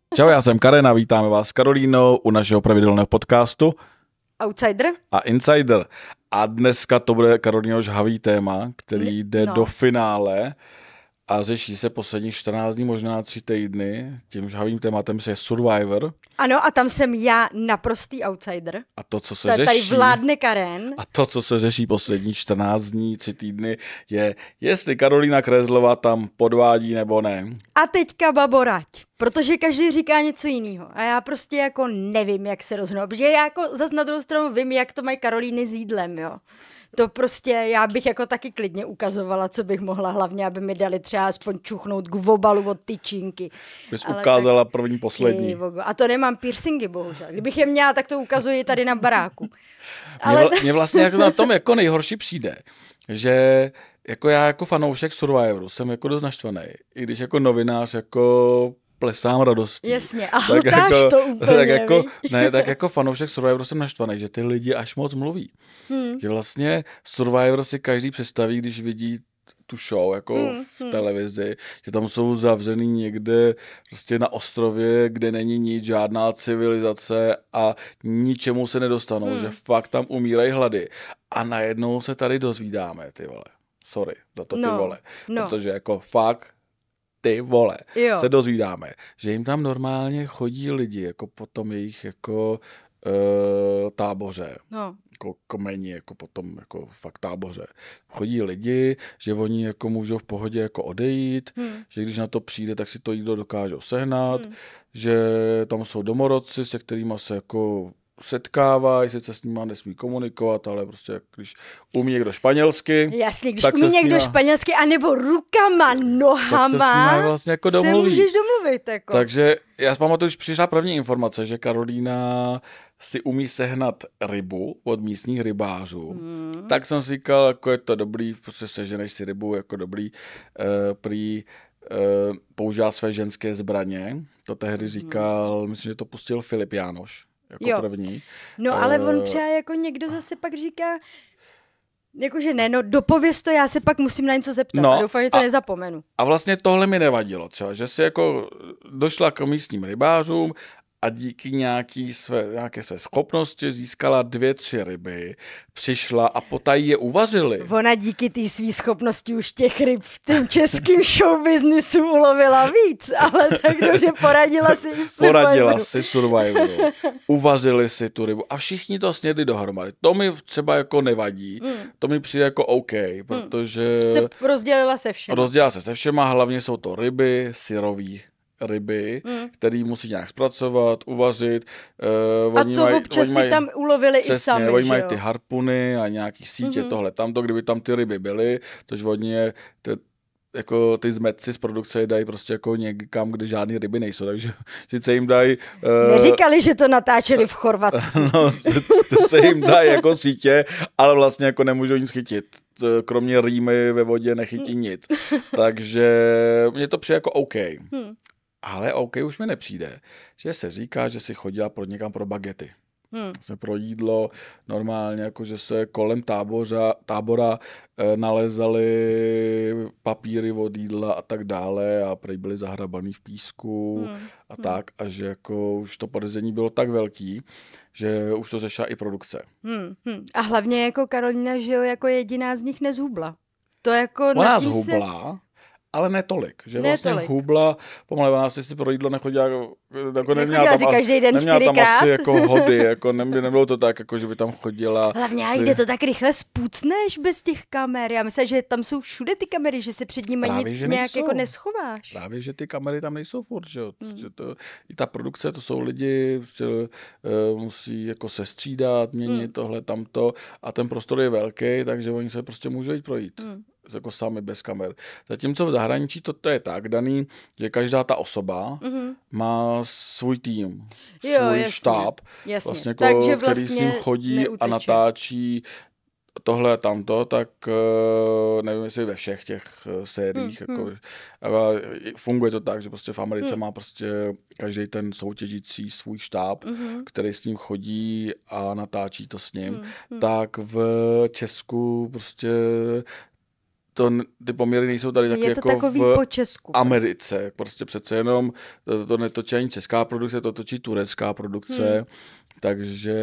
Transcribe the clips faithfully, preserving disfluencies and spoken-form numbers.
Čau, já jsem Karen a vítáme vás s Karolínou u našeho pravidelného podcastu Outsider a Insider. A dneska to bude Karolíno žhavý téma, který jde no. do finále a řeší se posledních čtrnáct dní, možná tři týdny. Tím žhavým tématem je Survivor. Ano, a tam jsem já naprostý outsider. A to, co se Ta, řeší... Tady vládne Karen. A to, co se řeší poslední čtrnáct dní, tři týdny, je, jestli Karolína Krezlová tam podvádí nebo ne. A teďka baborať. Protože každý říká něco jiného. A já prostě jako nevím, jak se rozhodnout. Protože já jako zas na druhou stranu vím, jak to mají Karolíny s jídlem, jo. To prostě, já bych jako taky klidně ukazovala, co bych mohla, hlavně, aby mi dali třeba aspoň čuchnout k vobalu od tyčinky. Bys ukázala tak, první, poslední. A to nemám piercingy, bohužel. Kdybych je měla, tak to ukazuji tady na baráku. Ale... Mně vlastně jako na tom jako nejhorší přijde, že jako já jako fanoušek Survivoru jsem jako dost naštvaný. I když jako novinář jako plesám radostí. Jasně, a hltáš jako, to úplně, tak jako, ne, tak jako fanoušek Survivoru jsem naštvaný, že ty lidi až moc mluví. Hmm. Že vlastně Survivor si každý představí, když vidí tu show jako hmm, v hmm. televizi, že tam jsou zavřený někde prostě na ostrově, kde není nic, žádná civilizace a ničemu se nedostanou, hmm. že fakt tam umírají hlady. A najednou se tady dozvídáme, ty vole. Sorry za to, ty no, vole. No. Protože jako fakt ty vole, jo. se dozvídáme, že jim tam normálně chodí lidi, jako po tom jejich jako uh, táboře, no. jako komeni, jako potom jako fakt táboře. Chodí lidi, že oni jako můžou v pohodě jako odejít, hmm. že když na to přijde, tak si to jídlo dokážou sehnat, hmm. že tam jsou domorodci, se kterými se jako setkávají, sice s nima nesmí komunikovat, ale prostě když umí někdo španělsky, jasně, když tak umí někdo nima, španělsky, anebo rukama, nohama, tak se vlastně jako domluví. Se můžeš domluvit. Jako. Takže já si pamatuju, když přišla první informace, že Karolína si umí sehnat rybu od místních rybářů, hmm. tak jsem si říkal, jako je to dobrý, prostě seženeš si rybu, jako dobrý, uh, prý uh, používá své ženské zbraně. To tehdy říkal, hmm. myslím, že to pustil Filip Jánoš. Jako jo. první. No ale on třeba jako někdo zase pak říká, jakože ne, no dopověz to, já se pak musím na něco zeptat no, a doufám, že to a, nezapomenu. A vlastně tohle mi nevadilo třeba, že si jako došla k místním rybářům a díky nějaký své, nějaké své schopnosti získala dvě, tři ryby, přišla a potají je uvařili. Ona díky té svý schopnosti už těch ryb v tom českém showbiznisu ulovila víc, ale tak dobře poradila si i v Survivoru. Poradila si Survivoru. Uvařili si tu rybu a všichni to snědli dohromady. To mi třeba jako nevadí, mm. to mi přijde jako OK, protože... Se rozdělila se všema. Rozdělila se se všema, hlavně jsou to ryby, syrový ryby, mm. který musí nějak zpracovat, uvařit. Uh, a to občas si tam ulovili přesně, i sami, oni mají ty harpuny a nějaký sítě, mm-hmm. tohle, tamto, kdyby tam ty ryby byly, tož oni je, ty, jako ty zmetci z produkce dají prostě jako někam, kde žádný ryby nejsou, takže sice jim dají... Uh, Neříkali, že to natáčeli v Chorvatsku. No, sice jim dají jako sítě, ale vlastně jako nemůžou nic chytit. Kromě rýmy ve vodě nechytí nic. Takže mně to přijde jako OK. Hmm. Ale OK už mi nepřijde, že se říká, že si chodila pro někam pro bagety. Hmm. Se pro jídlo normálně, jako že se kolem tábora, tábora e, nalezaly papíry od jídla a tak dále a prej byly zahrabaný v písku hmm. a hmm. tak a že jako už to podezření bylo tak velký, že už to řešila i produkce. Hmm. Hmm. A hlavně jako Karolína, že jo, jako jediná z nich nezhubla. To jako ona zhubla, se... ale ne tolik, že ne vlastně tolik. hubla, pomalu ona si pro jídlo nechodila, jako, jako neměla tam, každý den neměla tam čtyřikrát. asi jako hody, jako ne, nebylo to tak, jako že by tam chodila. Hlavně, a kde to tak rychle spucneš bez těch kamer, já myslím, že tam jsou všude ty kamery, že se před nimi Právě, nic že nějak nejsou. Jako neschováš. Právě, že ty kamery tam nejsou furt, že jo. Hmm. To, i ta produkce, to jsou lidi, se, uh, musí jako se střídat, měnit hmm. tohle, tamto a ten prostor je velký, takže oni se prostě můžou jít projít. Hmm. Jako sami bez kamer. Zatímco v zahraničí to, to je tak daný, že každá ta osoba mm-hmm. má svůj tým, jo, svůj jasně, štáb, jasně. Vlastně, jako, Takže který vlastně s ním chodí neuteče. A natáčí tohle a tamto, tak nevím, jestli ve všech těch sériích, hmm, jako, hmm. ale funguje to tak, že prostě v Americe hmm. má prostě každý ten soutěžící svůj štáb, hmm. který s ním chodí a natáčí to s ním, hmm. tak v Česku prostě to, ty poměry nejsou tady taky je to jako takový v po Česku, Americe. Prostě. prostě přece jenom to, to netočí ani česká produkce, to točí turecká produkce. Hmm. Takže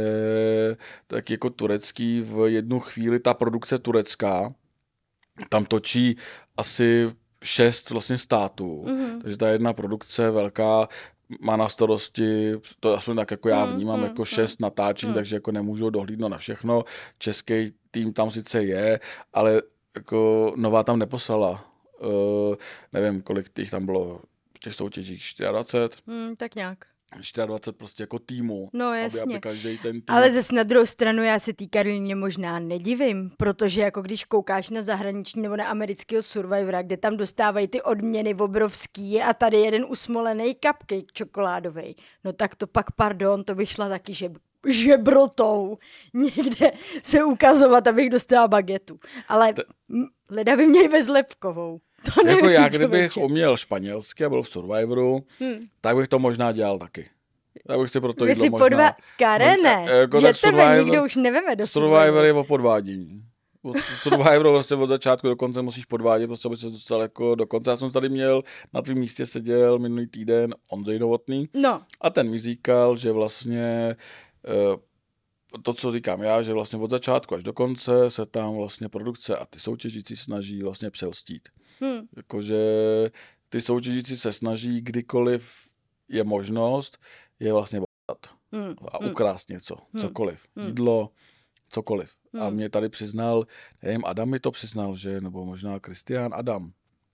tak jako turecký v jednu chvíli ta produkce turecká tam točí asi šest vlastně států. Mm-hmm. Takže ta jedna produkce velká má na starosti, to aspoň tak jako já vnímám, mm, jako šest mm, natáčení, mm. takže jako nemůžu dohlídnout na všechno. Český tým tam sice je, ale jako nová tam neposlala. Uh, nevím, kolik těch tam bylo v těch soutěžích, dvacet čtyři? Mm, tak nějak. dvacet čtyři prostě jako týmu. No jasně, aby, aby každý ten tým... ale zase na druhou stranu já se té Karolíně možná nedivím, protože jako když koukáš na zahraniční nebo na amerického Survivora, kde tam dostávají ty odměny obrovský a tady jeden usmolený cupcake čokoládový, no tak to pak, pardon, to bych šla taky žeb, žebrotou někde se ukazovat, abych dostala bagetu. Ale T- leda by měli bezlepkovou. To nevím, jako já, kdybych uměl španělsky a byl v Survivoru, hmm. tak bych to možná dělal taky. Tak bych si proto Vy jídlo si možná... Podva... Karene, jako, že tebe Survivor, nikdo už neveme do Survivor. Survivor je o podvádění. Survivor vlastně od začátku do konce musíš podvádět, prostě aby se dostal jako do konce. Já jsem tady měl, na tvém místě seděl minulý týden Ondřej Novotný no. a ten mi říkal, že vlastně... Uh, to, co říkám já, že vlastně od začátku až do konce se tam vlastně produkce a ty soutěžící snaží vlastně přelstít. Hmm. Jakože ty soutěžící se snaží, kdykoliv je možnost, je vlastně vodat hmm. a ukrást něco, hmm. cokoliv, hmm. jídlo, cokoliv. Hmm. A mě tady přiznal, nevím, Adam mi to přiznal, že, nebo možná Kristián Adam.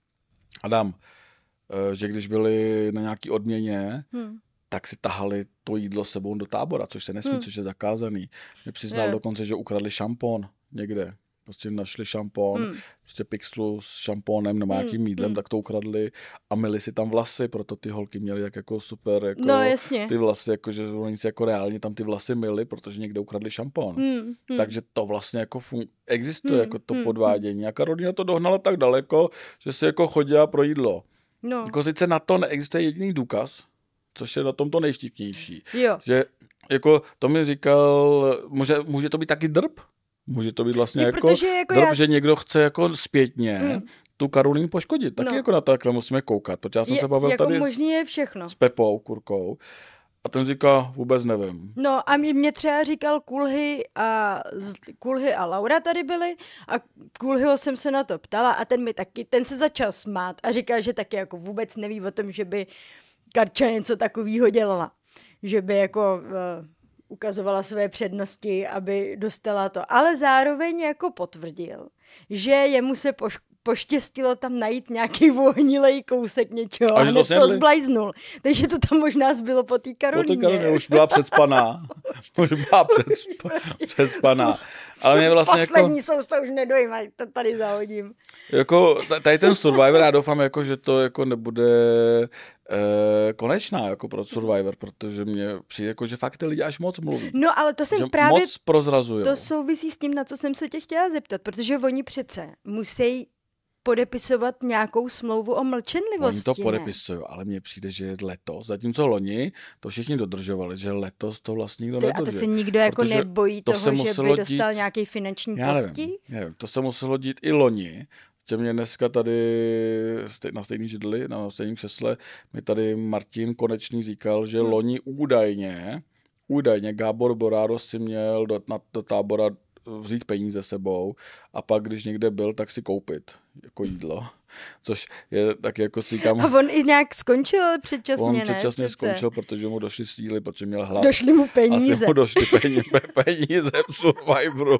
Adam, že když byli na nějaký odměně, hmm. tak si tahali to jídlo sebou do tábora, což se nesmí, hmm. což je zakázaný. Mě přiznal je. dokonce, že ukradli šampon někde. Prostě našli šampon, hmm. prostě pixlu s šampónem nebo nějakým hmm. jídlem, hmm. tak to ukradli a myli si tam vlasy, proto ty holky měly jak jako super jako no, jasně. ty vlasy, jako, že oni si jako reálně tam ty vlasy myli, protože někde ukradli šampón. Hmm. Hmm. Takže to vlastně jako fun- existuje, hmm. jako to hmm. podvádění. A Karolína to dohnala tak daleko, že si jako chodila pro jídlo. No. Jako sice na to neexistuje jediný důkaz, což je na tom to nejvtipnější. Jo. Že jako to mi říkal, může, může to být taky drb? Může to být vlastně je, jako, jako drb, já... že někdo chce jako zpětně hmm. tu Karolínu poškodit. Taky no. jako na takhle musíme koukat, protože já jsem je, se bavil jako tady možný je všechno. s Pepou Kurkou a ten říká, vůbec nevím. No a mě třeba říkal Kulhy a, Kulhy a Laura tady byli a Kulhyho jsem se na to ptala a ten mi taky, ten se začal smát a říkal, že taky jako vůbec neví o tom, že by Karča něco takového dělala. Že by jako uh, ukazovala své přednosti, aby dostala to. Ale zároveň jako potvrdil, že jemu se poš- poštěstilo tam najít nějaký vohnilej kousek něčeho a, a hned to, to zblajznul. Takže to tam možná zbylo po té Karolíně. Po té Karolíně už byla předspaná. Už byla předsp- prostě předspaná. Ale mě vlastně poslední jako... sousta už nedojímají, to tady zahodím. Jako tady ten Survivor, já doufám, jako, že to jako nebude e, konečná jako pro Survivor, protože mě přijde, jako, že fakt ty lidi až moc mluví. No ale to jsem právě... Moc prozrazujou. To souvisí s tím, na co jsem se tě chtěla zeptat, protože oni přece musí podepisovat nějakou smlouvu o mlčenlivosti. Oni to podepisují, ale mně přijde, že letos, zatímco loni to všichni dodržovali, že letos to vlastně nikdo nedrží. A to se nikdo jako nebojí to toho, že by dostal dít, nějaký finanční postih? Nevím, to se muselo dít i loni. Že mě dneska tady na stejný židli, na stejném křesle, mi tady Martin Konečný říkal, že hmm. loni údajně, údajně Gábor Boráros si měl do, na, do tábora vzít peníze sebou a pak, když někde byl, tak si koupit jako jídlo. Což je tak jako si říkám... A on i nějak skončil předčasně, on ne? On předčasně přece. skončil, protože mu došly síly, protože měl hlad. Došly mu peníze. Asi mu došly peníze, peníze v Survivoru.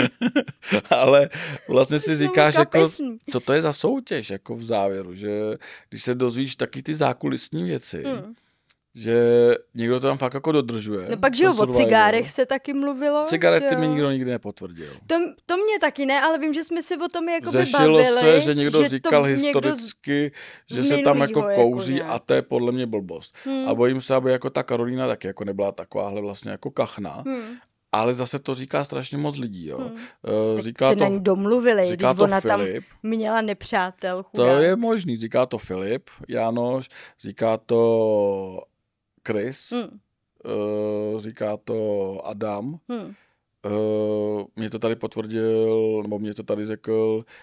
Ale vlastně si říkáš, jako, co to je za soutěž jako v závěru, že když se dozvíš taky ty zákulisní věci, hmm. že někdo to tam fakt jako dodržuje. No pak, že jo, o cigárech se taky mluvilo. Cigarety mi nikdo nikdy nepotvrdil. To, to mě taky ne, ale vím, že jsme si o tom jako Řešilo bavili. se, že někdo že říkal historicky, že se tam jako kouří jako a to je podle mě blbost. Hmm. A bojím se, aby jako ta Karolína taky jako nebyla takováhle vlastně jako kachna. Hmm. Ale zase to říká strašně moc lidí, jo. Hmm. Říká se to, na ní domluvili, říká když ona Filip, tam měla nepřátel. Chudá. To je možný, říká to Filip Jánoš, říká to Chris, hmm. uh, říká to Adam, hmm. uh, mě to tady potvrdil, nebo mě to tady řekl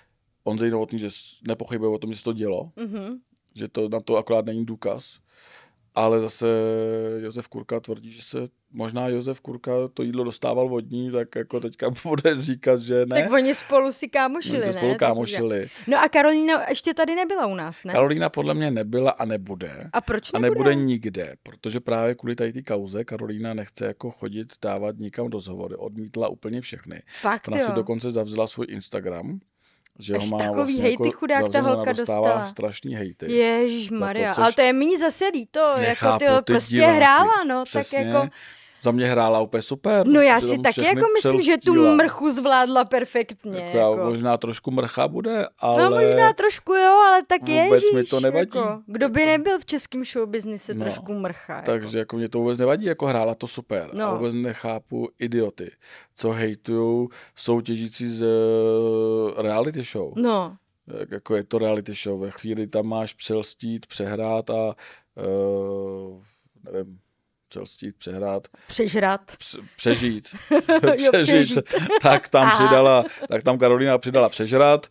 Ondřej Novotný, že nepochybuje o tom, že se to dělo, mm-hmm. že to na to akorát není důkaz. Ale zase Josef Kurka tvrdí, že se možná Josef Kurka to jídlo dostával od ní, tak jako teďka bude říkat, že ne. Tak oni spolu si kámošili, ne? ne? spolu kámošili. No a Karolína ještě tady nebyla u nás, ne? Karolína podle mě nebyla a nebude. A proč nebude? A nebude nikde, protože právě kvůli tady té kauze Karolína nechce jako chodit dávat nikam rozhovory. Odmítla úplně všechny. Fakt, Ona jo. si dokonce zavřela svůj Instagram. Že Až ho má takový vlastně hejty jako chudák ta holka dostala. Strašný hejty. Ježišmarja, to, ale to je méně zasedý to, nechápu, jako ty prostě diváky. hrála, no, Přesně. tak jako... Za mě hrála úplně super. No já si taky jako myslím, že tu mrchu zvládla perfektně. Jako jako. Možná trošku mrcha bude, ale... No možná trošku jo, ale tak ježíš. mi to nevadí. Jako, kdo by nebyl v českém showbiznise no, trošku mrcha. Takže jako. jako mě to vůbec nevadí, jako hrála to super. No. Ale vůbec nechápu idioty, co hejtujou soutěžící z reality show. No. Jako je to reality show. Ve chvíli tam máš přelstít, přehrát a uh, nevím, přelstít, přehrát. Přežrat. Přežít. jo, přežít. tak tam Aha. přidala, tak tam Karolína přidala přežrat.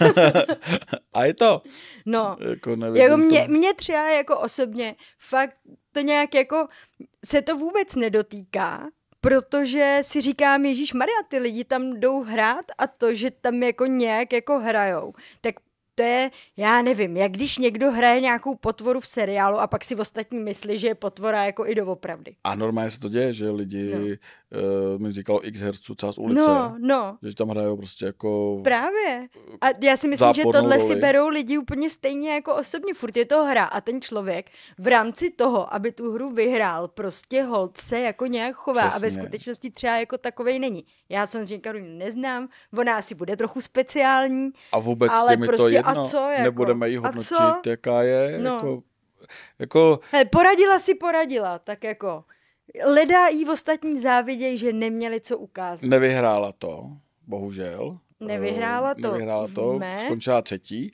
a je to. No. Jako, jako mě, mě třeba jako osobně fakt to nějak jako se to vůbec nedotýká, protože si říkám, Ježíšmarja, ty lidi tam jdou hrát a to, že tam jako nějak jako hrajou, tak to je, já nevím, jak když někdo hraje nějakou potvoru v seriálu a pak si ostatní myslí, že je potvora jako i doopravdy. A normálně se to děje, že lidi, no. uh, mi říkalo x herců třeba z ulice, no, no. že tam hrajou prostě jako... Právě. A já si myslím, že tohle roli. Si berou lidi úplně stejně jako osobně. Furt je to hra a ten člověk v rámci toho, aby tu hru vyhrál, prostě hold se jako nějak chová. Přesně. A ve skutečnosti třeba jako takovej není. Já samozřejmě Karolínu neznám, ona asi bude trochu speciální. A vůbec ale mi prostě to jedno, a co, jako? Nebudeme jí hodnotit, jaká je. No. Jako, jako... Hele, poradila si poradila, tak jako... Leda jí v ostatní záviděj, že neměli co ukázat. Nevyhrála to, bohužel. Nevyhrála to. Nevyhrála to, Víme. Skončila třetí,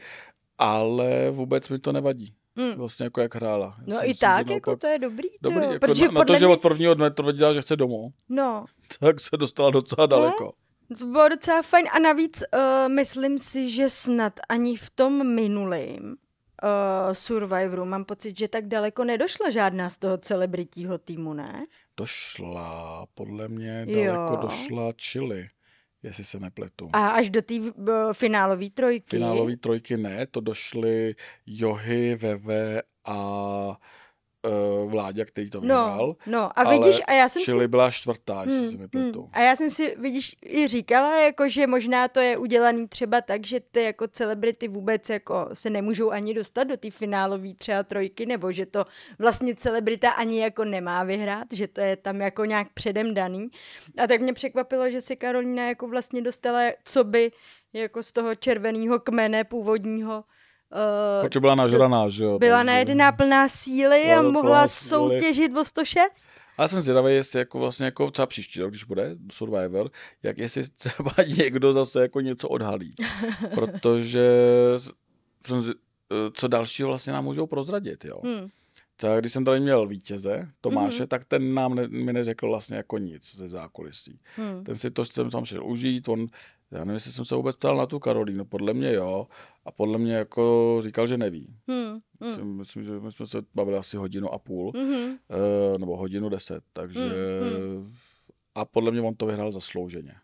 ale vůbec mi to nevadí. Hmm. Vlastně jako jak hrála. No myslím, i tak, jako naopak... to je dobrý. dobrý to, jako na, na to, mě... že od prvního dne tvrdila, že chce domů, no. tak se dostala docela daleko. No, to bylo docela fajn a navíc uh, myslím si, že snad ani v tom minulým Uh, Survivoru mám pocit, že tak daleko nedošla žádná z toho celebritího týmu, ne? Došla, podle mě daleko jo. došla Chili, jestli se nepletu. A až do té uh, finálové trojky? Finálové trojky ne, to došly Johy, Veve a uh, Vláďa, který to vyhrál. No, no. A vidíš, a já jsem Chili si... byla čtvrtá, jestli hmm, se nepletu. Hmm. A já jsem si, vidíš, i říkala, jako, že možná to je udělaný třeba tak, že ty jako celebrity vůbec jako se nemůžou ani dostat do té finálové třeba trojky, nebo že to vlastně celebrita ani jako nemá vyhrát, že to je tam jako nějak předem daný. A tak mě překvapilo, že se Karolína jako vlastně dostala, co by jako z toho červeného kmene původního. Uh, Protože byla nažraná, že jo? Byla najedená plná síly a mohla soutěžit o sto šest. Ale jsem zvědavý, jestli jako vlastně jako třeba příští rok, když bude Survivor, jak jestli třeba někdo zase jako něco odhalí. Protože jsem, co dalšího vlastně nám můžou prozradit, jo? Hmm. Tak když jsem tady měl vítěze, Tomáše, mm-hmm. tak ten nám ne, mi neřekl vlastně jako nic ze zákulisí. Hmm. Ten si to jsem tam šel užít, on, já nevím, jestli jsem se vůbec ptal na tu Karolínu, podle mě jo, a podle mě jako říkal, že neví. Hmm. Hmm. Myslím, že my jsme se bavili asi hodinu a půl, mm-hmm. uh, nebo hodinu deset, takže hmm. a podle mě on to vyhrál zaslouženě.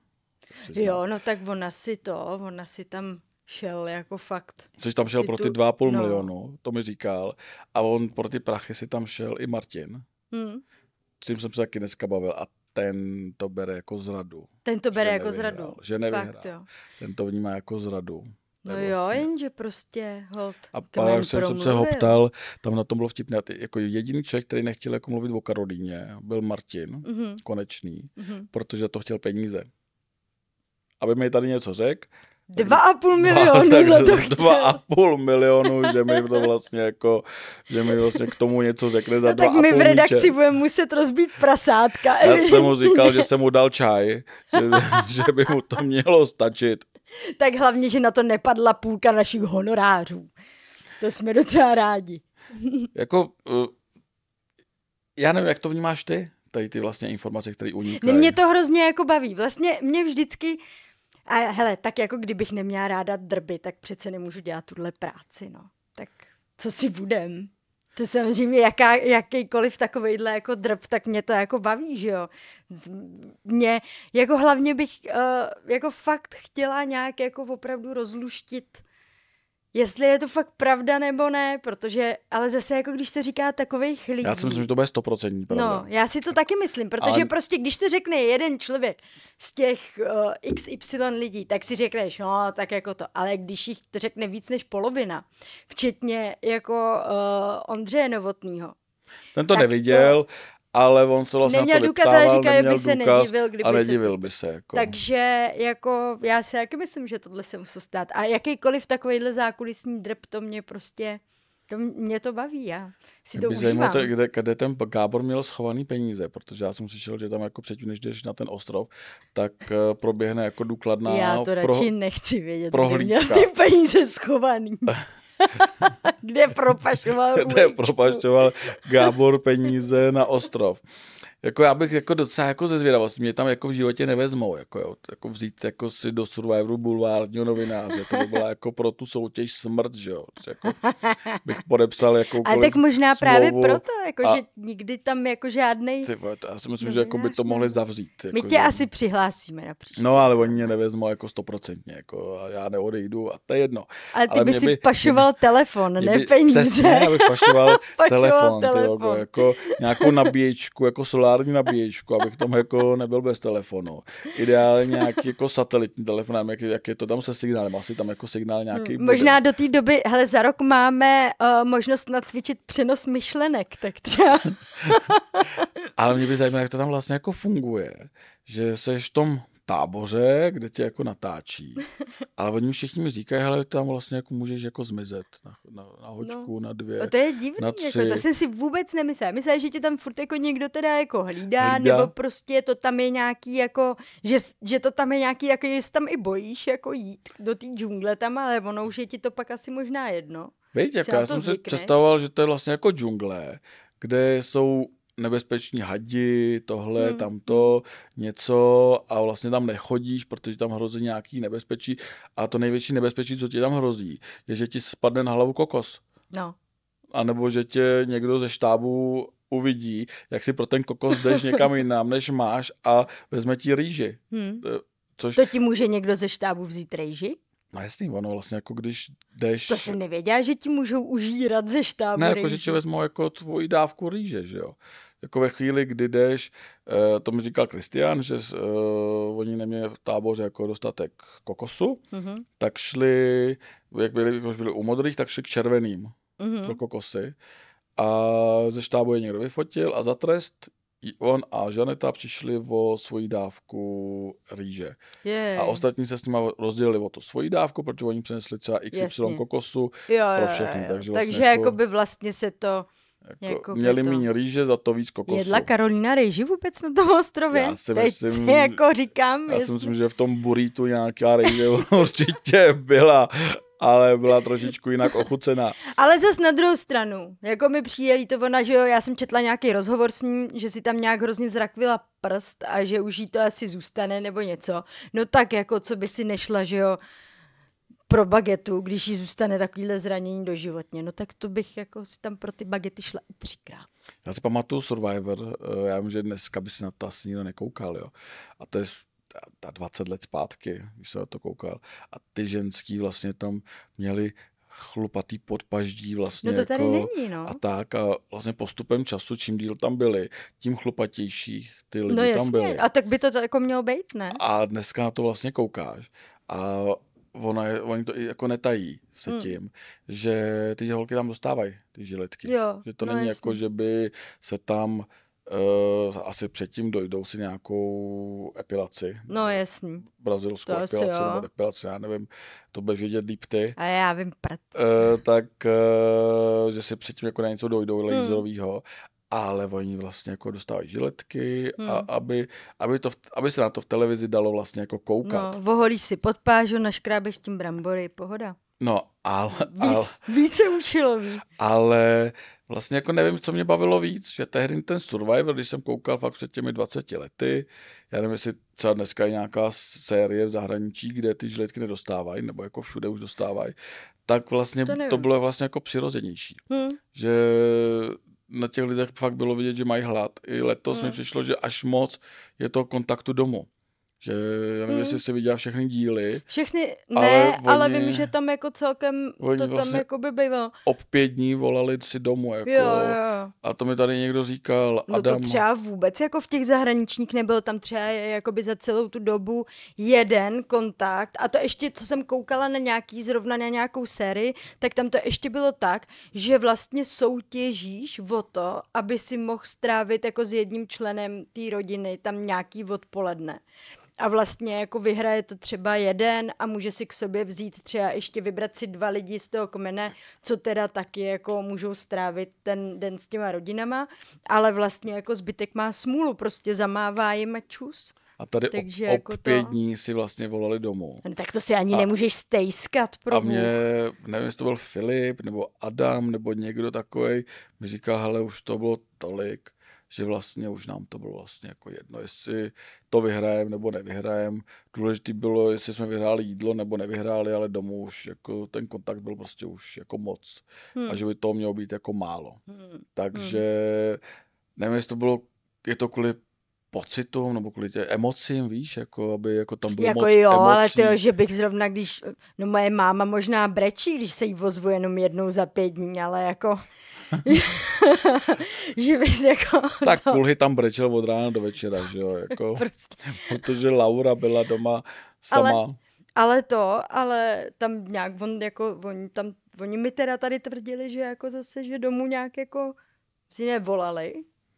Jo, no tak ona si to, ona si tam šel jako fakt. Což tam šel pro ty dva a půl no. milionu, to mi říkal. A on pro ty prachy si tam šel i Martin. Hmm. S tím jsem se taky dneska bavil. A ten to bere jako zradu. Ten to bere jako nevyhrál, zradu. Že nevyhrál. Ten to vnímá jako zradu. No vlastně. Jo, jenže prostě hold. A pak jsem, jsem se ho ptal, tam na tom bylo vtipné. Jako jediný člověk, který nechtěl jako mluvit o Karolíně, byl Martin, mm-hmm. Konečný, mm-hmm. protože to chtěl peníze. Aby mi tady něco řekl. Dva a půl milionu no, za to chtěl. Dva a půl milionu, že mi to vlastně jako, že mi vlastně k tomu něco řekne za no, dva a půl tak my v redakci míče. Budeme muset rozbít prasátka. Já jsem mu říkal, že jsem mu dal čaj, že, že by mu to mělo stačit. Tak hlavně, že na to nepadla půlka našich honorářů. To jsme docela rádi. Jako, já nevím, jak to vnímáš ty? Tady ty vlastně informace, které unikají. Mě to hrozně jako baví. Vlastně mě vždycky A hele, tak jako kdybych neměla ráda drby, tak přece nemůžu dělat tuhle práci, no. Tak co si budem? To samozřejmě jaká, jakýkoliv takovejhle jako drb, tak mě to jako baví, že jo. Mě, jako hlavně bych uh, jako fakt chtěla nějak jako opravdu rozluštit, jestli je to fakt pravda nebo ne, protože, ale zase jako když se říká takových lidí. Já si myslím, že to bude stoprocentní pravda. No, já si to taky myslím, protože ale... prostě když to řekne jeden člověk z těch uh, iks ypsilon lidí, tak si řekneš, no, tak jako to, ale když jich to řekne víc než polovina, včetně jako uh, Ondřeje Novotnýho. Ten to neviděl, to... ale on se vlastně neměl na to důkaz, vyptával, ale říká, neměl by se důkaz nedivil, kdyby a nedivil se by se. Jako. Takže jako já si taky myslím, že tohle se musí stát. A jakýkoliv takovýhle zákulisní drb, to mě prostě, to mě to baví, já si to užívám. To, kde, kde ten Gábor měl schovaný peníze, protože já jsem slyšel, že tam jako předtím, než jdeš na ten ostrov, tak uh, proběhne jako důkladná Já to radši pro, nechci vědět, prohlídka. Kde měl ty peníze schovaný. Kde propašoval Kde propašoval Gábor peníze na ostrov. Jako já bych jako docela jako ze zvědavosti, mě tam jako v životě nevezmou, jako, jo, jako vzít jako si do Survivoru bulvárního novináře, to by byla jako pro tu soutěž smrt, že jo, jako bych podepsal jakoukoliv Ale tak možná smlouvu právě proto, jako, a, že nikdy tam jako žádnej ty, já si myslím, že jako by to mohli zavřít. Jako, My tě že... asi přihlásíme na příště. No, ale oni mě nevezmou jako stoprocentně, jako a já neodejdu a to je jedno. Ale ty ale by si by, pašoval mě, telefon, mě ne by, peníze. Přesně, abych pašoval, pašoval telefon, telefon. Tyjo, jako nějakou nabíječku, jako solární nabíječku, abych tam jako nebyl bez telefonu. Ideálně nějaký jako satelitní telefon, jak, jak je to tam se signálem, asi tam jako signál nějaký hmm, Možná do té doby, hele, za rok máme uh, možnost nacvičit přenos myšlenek, tak třeba. Ale mě by zajímalo, jak to tam vlastně jako funguje, že seš v tom táboře, kde tě jako natáčí. Ale oni všichni mi říkají, hele, tam vlastně jako můžeš jako zmizet na, na, na hoďku, no, na dvě, to je divný, na tři. Jako, to jsem si vůbec nemyslel. Myslel, že tě tam furt jako někdo teda jako hlídá, hlídá. Nebo prostě to tam je nějaký jako, že, že to tam je nějaký, jako, že se tam i bojíš jako jít do té džungle tam, ale ono už je ti to pak asi možná jedno. Víš, jako já jsem si představoval, že to je vlastně jako džungle, kde jsou nebezpeční hadi, tohle, hmm. tamto, něco a vlastně tam nechodíš, protože tam hrozí nějaký nebezpečí a to největší nebezpečí, co ti tam hrozí, je, že ti spadne na hlavu kokos. No. A nebo že tě někdo ze štábu uvidí, jak si pro ten kokos jdeš někam jinam, než máš a vezme ti rýži. Hmm. Což... To ti může někdo ze štábu vzít rýži? No jasný, ono vlastně jako když jdeš... To jsem nevěděla, že ti můžou užírat ze štábu Ne, rýži. jako že ti vezmou jako tvoji dávku rýže, že jo. Jako ve chvíli, kdy jdeš, eh, to mi říkal Kristián, že eh, oni neměli v táboře jako dostatek kokosu, mm-hmm. tak šli, jak byli, jak byli u modrých, tak šli k červeným mm-hmm. pro kokosy. A ze štábu je někdo vyfotil a za trest on a Žaneta přišli o svoji dávku rýže. Jej. A ostatní se s nimi rozdělili o to svoji dávku, protože oni přinesli třeba iks ypsilon kokosu jo, pro všechny. Jo, jo. Takže, takže vlastně jako by vlastně se to... Jako jako měli to... méně rýže, za to víc kokosu. Jedla Karolína rýži vůbec na tom ostrově? Já si Teď myslím, si jako říkám. Já jestli... si myslím, že v tom burritu nějaká rýže určitě byla, ale byla trošičku jinak ochucená. Ale zas na druhou stranu, jako mi přijde to ona, že jo, já jsem četla nějaký rozhovor s ním, že si tam nějak hrozně zrakvila prst a že už jí to asi zůstane nebo něco. No tak jako, co by si nešla, že jo, pro bagetu, když jí zůstane takovýhle zranění doživotně, no tak to bych jako si tam pro ty bagety šla i třikrát. Já si pamatuju Survivor, já vím, že dneska by si na to asi nikdo nekoukal, jo. A to je ta dvacet let zpátky, když jsem na to koukal. A ty ženský vlastně tam měli chlupatý podpaždí vlastně. No to tady jako, není, no. A tak a vlastně postupem času, čím díl tam byli, tím chlupatější ty lidi no jasně, tam byli. A tak by to jako mělo být, ne? A dneska na to vlastně koukáš. A Ona je, oni to i jako netají se tím, hmm. že ty holky tam dostávají ty žiletky. Jo, že to no není jasný. jako, že by se tam uh, asi předtím dojdou si nějakou epilaci. No jasný. Brazilskou to epilaci nebo epilaci, já nevím, to budeš vědět líp ty. A já vím prd. Uh, tak, uh, že si předtím jako na něco dojdou laserovýho. Hmm. Ale oni vlastně jako dostávají žiletky, hmm. a aby, aby, to, aby se na to v televizi dalo vlastně jako koukat. No, voholíš si pod pážu, naškrábeš tím brambory, pohoda. No, ale... ale Víc, více účelový. Ale vlastně jako nevím, co mě bavilo víc, že tehdy ten Survivor, když jsem koukal fakt před těmi dvaceti lety, já nevím, jestli třeba dneska je nějaká série v zahraničí, kde ty žletky nedostávají, nebo jako všude už dostávají, tak vlastně to, to bylo vlastně jako přirozenější. Hmm. Že na těch lidech fakt bylo vidět, že mají hlad. I letos hmm. mi přišlo, že až moc je to kontaktu domů. Že já nevím, hmm. jestli jsi viděla všechny díly. Všechny, ne, ale, oni, ale vím, že tam jako celkem to tam vlastně jako by bývalo. Ob pět dní volali si domů, jako. Jo, jo. A to mi tady někdo říkal, no Adam. No to třeba vůbec jako v těch zahraničních nebyl tam třeba jakoby za celou tu dobu jeden kontakt a to ještě, co jsem koukala na nějaký, zrovna na nějakou sérii, tak tam to ještě bylo tak, že vlastně soutěžíš o to, aby si mohl strávit jako s jedním členem té rodiny tam nějaký odpoledne. A vlastně jako vyhraje to třeba jeden a může si k sobě vzít třeba ještě vybrat si dva lidi z toho kmene, co teda taky jako můžou strávit ten den s těma rodinama, ale vlastně jako zbytek má smůlu, prostě zamává jim a čus. A tady Takže o, jako pět to... dní si vlastně volali domů. No, tak to si ani a, nemůžeš stejskat. A mě, nevím, jestli to byl Filip, nebo Adam, nebo někdo takovej, mi říkal, hele, už to bylo tolik, že vlastně už nám to bylo vlastně jako jedno, jestli to vyhrajeme nebo nevyhrajeme. Důležité bylo, jestli jsme vyhráli jídlo nebo nevyhráli, ale domů už jako ten kontakt byl prostě už jako moc. Hmm. A že by to mělo být jako málo. Hmm. Takže nevím, jestli to bylo, je to kvůli pocitům nebo kvůli tě emocím, víš, jako aby jako tam bylo jako moc jo, emocí. Ale tyjo, že bych zrovna, když, no moje máma možná brečí, když se jí ozvu jenom jednou za pět dní, ale jako... že bys jako... Tak to... Kulhy tam brečel od rána do večera, že jo, jako, prostě. Protože Laura byla doma sama. Ale, ale to, ale tam nějak, on jako, oni tam, oni mi teda tady tvrdili, že jako zase, že domů nějak jako si nevolali.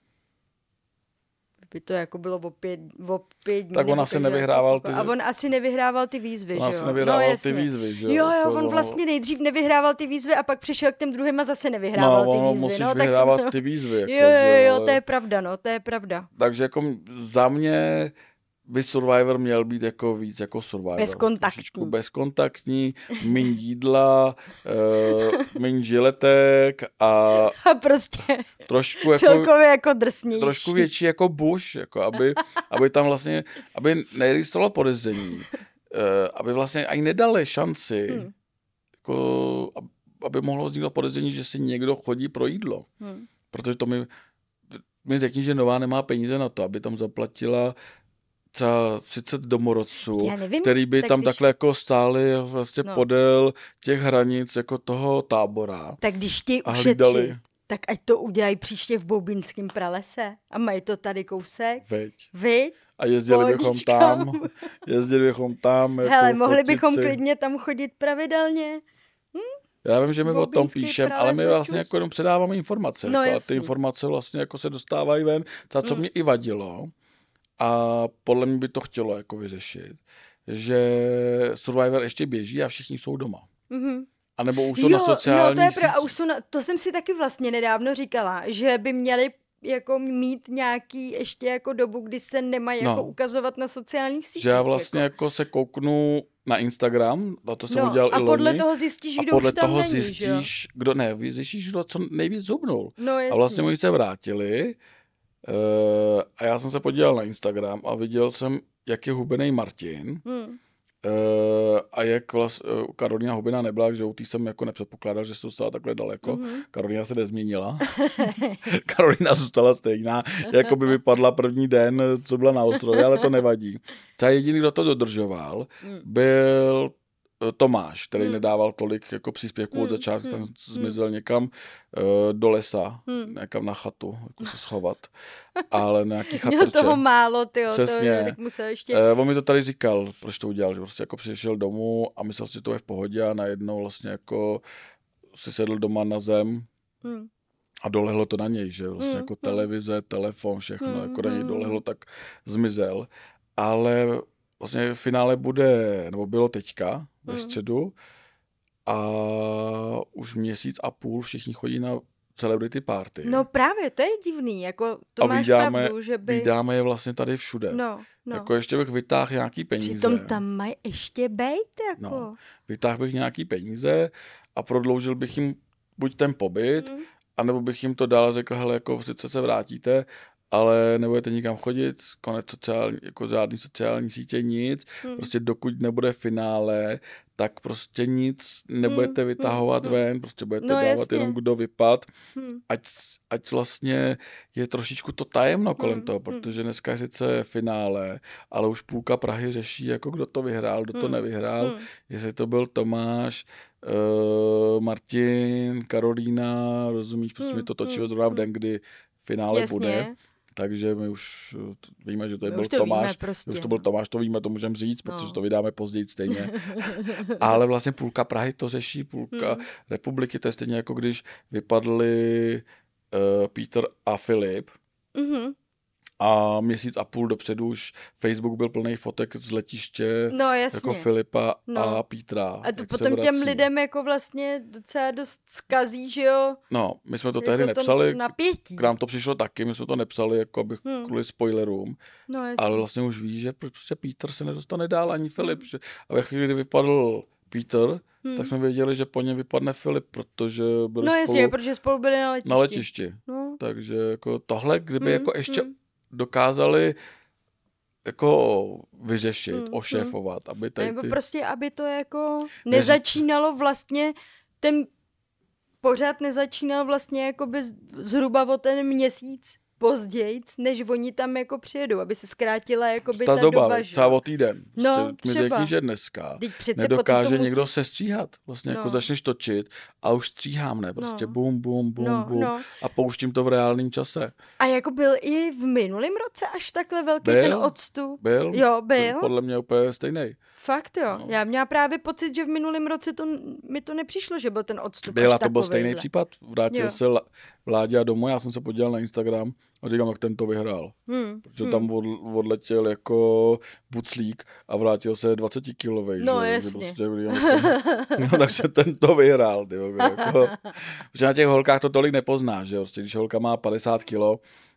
By to jako bylo o pět, o pět dní. Tak on asi nevyhrával ty... A on asi nevyhrával ty výzvy, on že jo? On asi nevyhrával no, ty výzvy, že jo? Jo, jo, on vlastně nejdřív nevyhrával ty výzvy a pak přišel k těm druhým a zase nevyhrával no, ty výzvy. Musíš no, vyhrávat tak to... ty výzvy. Jako, jo, jo, jo, ale... to je pravda, no, to je pravda. Takže jako za mě by Survivor měl být jako víc jako Survivor. Bezkontaktní. Bezkontaktní, míň jídla, uh, míň žiletek a... A prostě trošku jako, celkově jako drsnější. Trošku větší jako Bush, jako aby, aby tam vlastně, aby neregistrovalo podezření, uh, aby vlastně ani nedali šanci, hmm. jako, aby mohlo vzniknout podezření, že si někdo chodí pro jídlo. Hmm. Protože to mi, mi řekni, že Nová nemá peníze na to, aby tam zaplatila třeba třicet domorodců, který by tam když... takhle jako stáli vlastně no. podél těch hranic jako toho tábora. Tak když ti ušetří, tak ať to udělají příště v Boubínském pralese a mají to tady kousek. Veď. Veď. A jezdili bychom tam, jezdili bychom tam. Jako hele, mohli fotici. bychom klidně tam chodit pravidelně. Hm? Já vím, že my o tom píšeme, ale my vlastně jako jenom předáváme informace. No, jako, a ty informace vlastně jako se dostávají ven. Třeba co hm. mě i vadilo, a podle mě by to chtělo jako vyřešit, že Survivor ještě běží a všichni jsou doma. Mm-hmm. A nebo už jsou jo, na sociálních no to je sítích. A už jsou na, to jsem si taky vlastně nedávno říkala, že by měli jako mít nějaký ještě jako dobu, kdy se nemají no. jako ukazovat na sociálních sítích. Že já vlastně jako, jako se kouknu na Instagram, a to jsem no, udělal a i loni. podle toho zjistíš, kdo a podle už tam toho není, zjistíš, kdo ne, zjistíš, kdo co nejvíc zubnul. No, a vlastně oni se vrátili. Uh, a já jsem se podíval na Instagram a viděl jsem, jak je hubený Martin hmm. uh, a jak vlastně uh, Karolína hubená nebyla, že u tý jsem jako nepředpokládal, že se dostala takhle daleko. Hmm. Karolína se nezměnila. Karolína zůstala stejná, jako by vypadla první den, co byla na ostrově, ale to nevadí. Třeba jediný, kdo to dodržoval, hmm. byl Tomáš, který hmm. nedával tolik jako příspěvků hmm. od začátku, hmm. tam zmizel někam uh, do lesa, hmm. někam na chatu, jako se schovat, ale nějaký chatrče. Měl toho málo, tyjo, přesně. To, tak musel ještě... Uh, on mi to tady říkal, proč to udělal, že prostě jako přišel domů a myslel si, že to je v pohodě a najednou vlastně jako si sedl doma na zem hmm. a dolehlo to na něj, že vlastně hmm. jako televize, telefon, všechno, hmm. jako na něj dolehlo, tak zmizel, ale vlastně v finále bude, nebo bylo teďka, ve středu a už měsíc a půl všichni chodí na celebrity party. No právě, to je divný, jako to a máš vydáme, pravdu, že by... vydáme je vlastně tady všude. No, no. Jako ještě bych vytáhl nějaký peníze. Přitom tam mají ještě bejt, jako. No, vytáhl bych nějaký peníze a prodloužil bych jim buď ten pobyt, mm. anebo bych jim to dal a řekl, hele, jako sice se vrátíte, ale nebudete nikam chodit, konec sociální, jako žádný sociální sítě, nic. Hmm. Prostě dokud nebude finále, tak prostě nic nebudete vytahovat hmm. ven, prostě budete no, dávat jasně. jenom kdo vypad. Hmm. Ať, ať vlastně je trošičku to tajemno kolem hmm. toho, protože dneska je sice finále, ale už půlka Prahy řeší, jako kdo to vyhrál, kdo hmm. to nevyhrál. Hmm. Jestli to byl Tomáš, uh, Martin, Karolína, rozumíš, prostě hmm. mi to točilo zrovna v den, kdy finále jasně. bude. Takže my už víme, že to je byl to Tomáš. Prostě, už to byl Tomáš, to víme, to můžeme říct, no. protože to vydáme později stejně. Ale vlastně půlka Prahy to řeší, půlka hmm. republiky, to je stejně jako když vypadli uh, Peter a Filip. Mm-hmm. A měsíc a půl dopředu už Facebook byl plný fotek z letiště no, jako Filipa no. a Petra. A to potom těm lidem jako vlastně docela dost zkazí, že jo? No, my jsme to jako tehdy nepsali, k nám to přišlo taky, my jsme to nepsali jako aby hmm. kvůli spoilerům, no, ale vlastně už ví, že prostě Peter se nedostane dál ani Filip. Hmm. Že, a ve chvíli, kdy vypadl Peter, hmm. tak jsme věděli, že po něm vypadne Filip, protože byli no, spolu, jasně, protože spolu byli na letišti. Na letišti. No. Takže jako tohle, kdyby hmm. jako ještě hmm. dokázali jako vyřešit, hmm, ošéfovat, aby tady Nebo ty... prostě, aby to jako nezačínalo vlastně, ten pořád nezačínal vlastně jakoby zhruba o ten měsíc později, než oni tam jako přijedou, aby se zkrátila jakoby ta, ta doba. doba třeba o týden. No, prostě, mi řekni, že dneska nedokáže musí... někdo sestříhat. Vlastně no. jako začneš točit a už stříhám, ne? Prostě no. bum, bum, bum, no, bum no. a pouštím to v reálném čase. A jako byl i v minulém roce až takhle velký byl, ten odstup? Byl. Jo, byl. Podle mě úplně stejný. Fakt jo. No. Já měla právě pocit, že v minulém roce to, mi to nepřišlo, že byl ten odstup Byla, až to byl stejný případ. Vrátil jo. se Vláďa domů, já jsem se podíval na Instagram a říkám, jak ten to vyhrál. Hmm. Protože hmm. tam od, odletěl jako buclík a vrátil se dvacetikilovej. No že? jasně. Prostě, no, takže ten to vyhrál. Tyjo, jako. Protože na těch holkách to tolik nepoznáš. Že? Prostě, když holka má padesát kilo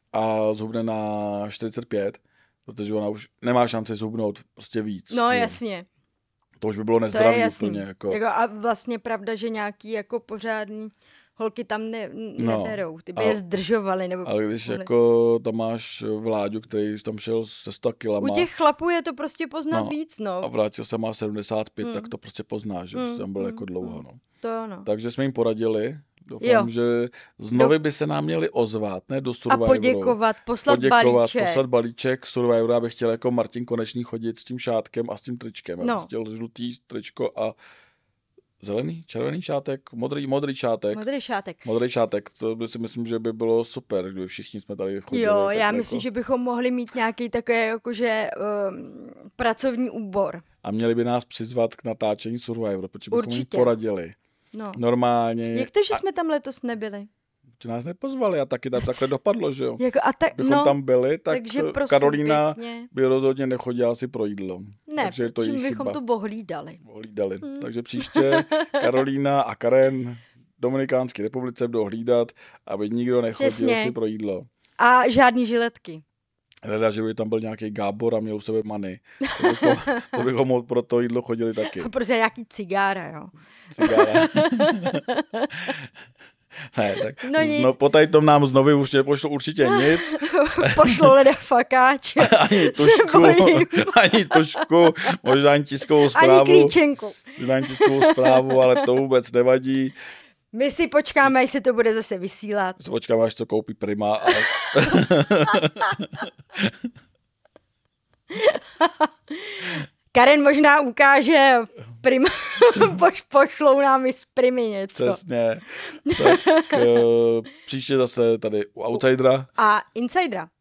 a zhubne na čtyřicet pět, protože ona už nemá šanci zhubnout prostě víc. No že? Jasně. To už by bylo nezdravý úplně. Jako. Jako a vlastně pravda, že nějaký jako pořádný holky tam ne, neberou. Ty by no, je zdržovaly. Nebo ale když mohli... jako tam máš Vláďu, který tam šel se sto kilama. U těch chlapů je to prostě poznat no, víc, no. A vrátil se má sedmdesát pět, hmm. tak to prostě poznáš, že hmm. tam byl hmm. jako dlouho, no. To no. Takže jsme jim poradili. Doufám, jo. že znovu by se nám měli ozvat, ne, do Survivoru. A poděkovat, poslat poděkovat, balíček. poslat balíček Survivoru, abych chtěl jako Martin Konečný chodit s tím šátkem a s tím tričkem. No. Abych chtěl žlutý tričko a zelený, červený šátek, modrý, modrý šátek. Modrý šátek. Modrý šátek, to by si myslím, že by bylo super, kdyby všichni jsme tady chodili. Jo, já myslím, jako... že bychom mohli mít nějaký takový jakože um, pracovní úbor. A měli by nás přizvat k natáčení Survivoru, protože bychom jim poradili. No. Normálně. Jak to, že jsme tam letos nebyli? Že nás nepozvali a taky tam takhle dopadlo, že jo? Jako a ta, Bychom no, tam byli, tak Karolína pěkně. by rozhodně nechodila si pro jídlo. Ne, takže to bychom chyba. to bohlídali. Bohlídali. Hmm. Takže příště Karolína a Karen v Dominikánské republice budou hlídat, aby nikdo nechodil Přesně. si pro jídlo. A žádný žiletky. Rada, že by tam byl nějaký Gábor a měl u sebe many. To bychom, to bychom pro to jídlo chodili taky. Protože nějaký cigára, jo. Cigára. Ne, tak no, no po tady tom nám znovu už nepošlo určitě nic. Pošlo leda fakáče. Ani tušku, ani tušku, možná ani tiskovou zprávu. Ani klíčenku. Možná ani tiskovou zprávu, ale to vůbec nevadí. My si počkáme, až se to bude zase vysílat. My si počkáme, až to koupí Prima. A... Karen možná ukáže, Prima, poš, pošlou nám i z Primy něco. Přesně. Tak uh, příště zase tady u Outsidera. A Insidera.